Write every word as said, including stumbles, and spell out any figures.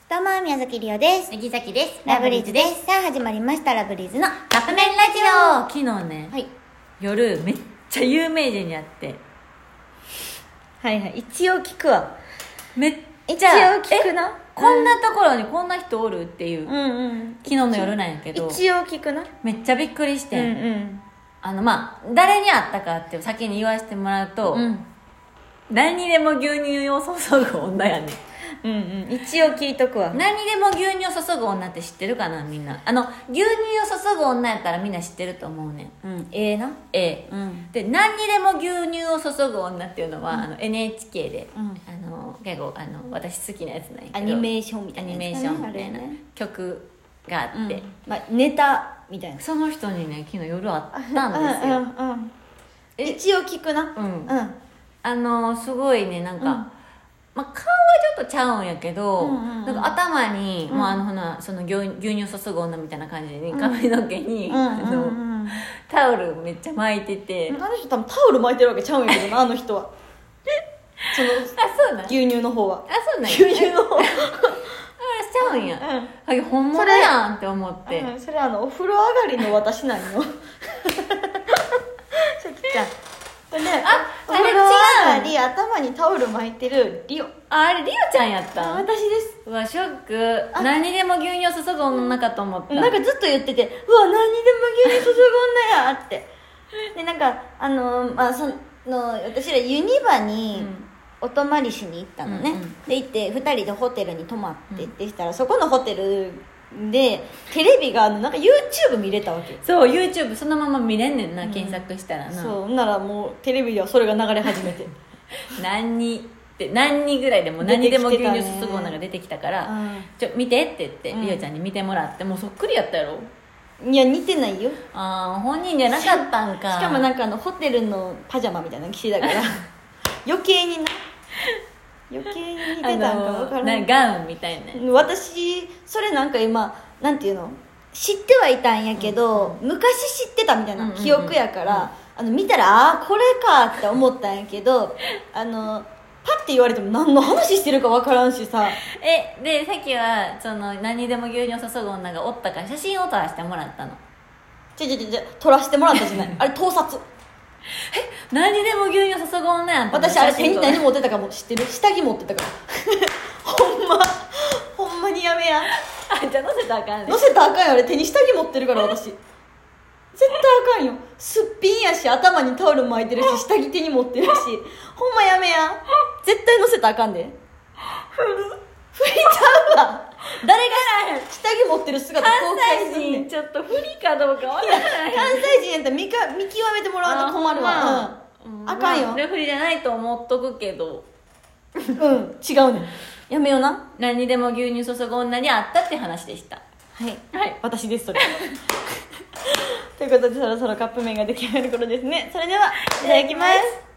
どうも、宮崎りおです。 杉崎です。 ラブリーズです。さあ、始まりました、ラブリーズのカップ麺ラジオ。昨日ね、 はい。 夜めっちゃ有名人に会って。 はいはい、一応聞くわ。 めっ一ちゃ応聞くな。 こんなところにこんな人おるっていう、 うんうん。 昨日の夜なんやけど、 一応聞くな。 めっちゃびっくりして、 うんうん。 あのまあ誰に会ったかって先に言わせてもらうと、 うん。 何にでも牛乳を注ぐ女やねん。 うんうん。一応聞いとくわ。 何にでも牛乳を注ぐ女って知ってるかな、みんな。あの牛乳を注ぐ女やったらみんな知ってると思うねん。 うん。ええな。 ええ、うん、で何にでも牛乳を注ぐ女っていうのは、うん、あの エヌエイチケー で、うん、あの結構あの私好きなやつなんやけど、 アニメーションみたいなやつ、ね、 アニメーションみたいな、ね、曲があって、うん、 まあ、ネタみたいな。 その人にね昨日夜会ったんですよ。 うんうんうん、一応聞くな。 うん、うん、あのすごいね、なんか、うん、まあ、顔はちょっとちゃうんやけど、うんうんうん、なんか頭に、うん、もうあのほなその牛乳を注ぐ女みたいな感じに、うん、髪の毛に、うん、あの、うんうん、タオルめっちゃ巻いてて、 あの人多分タオル巻いてるわけちゃうんやけどな、あの人はそのあ、そうなん、 牛乳の方は、 あ、そうなんや、 牛乳の方あ、しちゃうんや、うん、本物やんって思って、 それ、うん、それあのお風呂上がりの私なんよさきちゃんこれね、あ、お風呂上がり頭にタオル巻いてるリオ。 あ、あれリオちゃんやった。 私です。 うわ、ショック。何にでも牛乳を注ぐ女かと思った。 なんかずっと言ってて、うわ、何にでも牛乳注ぐ女やってで、なんかあのー、まあその私らユニバにお泊まりしに行ったのね、うんうん、で行ってふたりでホテルに泊まってってしたら、うん、そこのホテルでテレビがあのなんか YouTube 見れたわけ。 そう、 YouTube そのまま見れんねんな、うん、検索したらな。 そうならもうテレビではそれが流れ始めて何人って何人ぐらいでも何にでも牛乳注ぐ女が出てきたから、うん、ちょ見てって言って、うん、りおちゃんに見てもらって、もうそっくりやったやろ。 いや似てないよ。 ああ、本人じゃなかったんか。 しかもなんかあのホテルのパジャマみたいなの着てたから余計にな余計に似てたんか分からない、 ガウンみたいな。 私それなんか今なんていうの、知ってはいたんやけど、うん、昔知ってたみたいな記憶やから、うんうんうん、あの見たらああこれかって思ったんやけどあのパッて言われても何の話してるか分からんしさ。 えでさっきはその何にでも牛乳を注ぐ女がおったから写真を撮らせてもらったの。 ちょちょちょちょ撮らせてもらったじゃないあれ盗撮え、何にでも牛乳を注ぐ女やん。 私あれ手に何持ってたかも知ってる？下着持ってたからほんまほんまにやめや。 あ、じゃあ乗せたらあかんね。 乗せたらあかんよ、あれ手に下着持ってるから私絶対あかんよ。すっぴんやし頭にタオル巻いてるし下着手に持ってるしほんまやめや。絶対乗せたらあかんで。振りちゃうわ。誰が下着持ってる姿公開すんねん。 ちょっと不利かどうかわからない。 関西人やったら見か見極めてもらわんと困るわ。あ、うんうん、あかんよ、まあ、 不利じゃないと思っとくけどうん違うねん、やめような。 何にでも牛乳注ぐ女に会ったって話でした。 はい、はい、私ですそれということでそろそろカップ麺が出来上がる頃ですね。それではいただきます。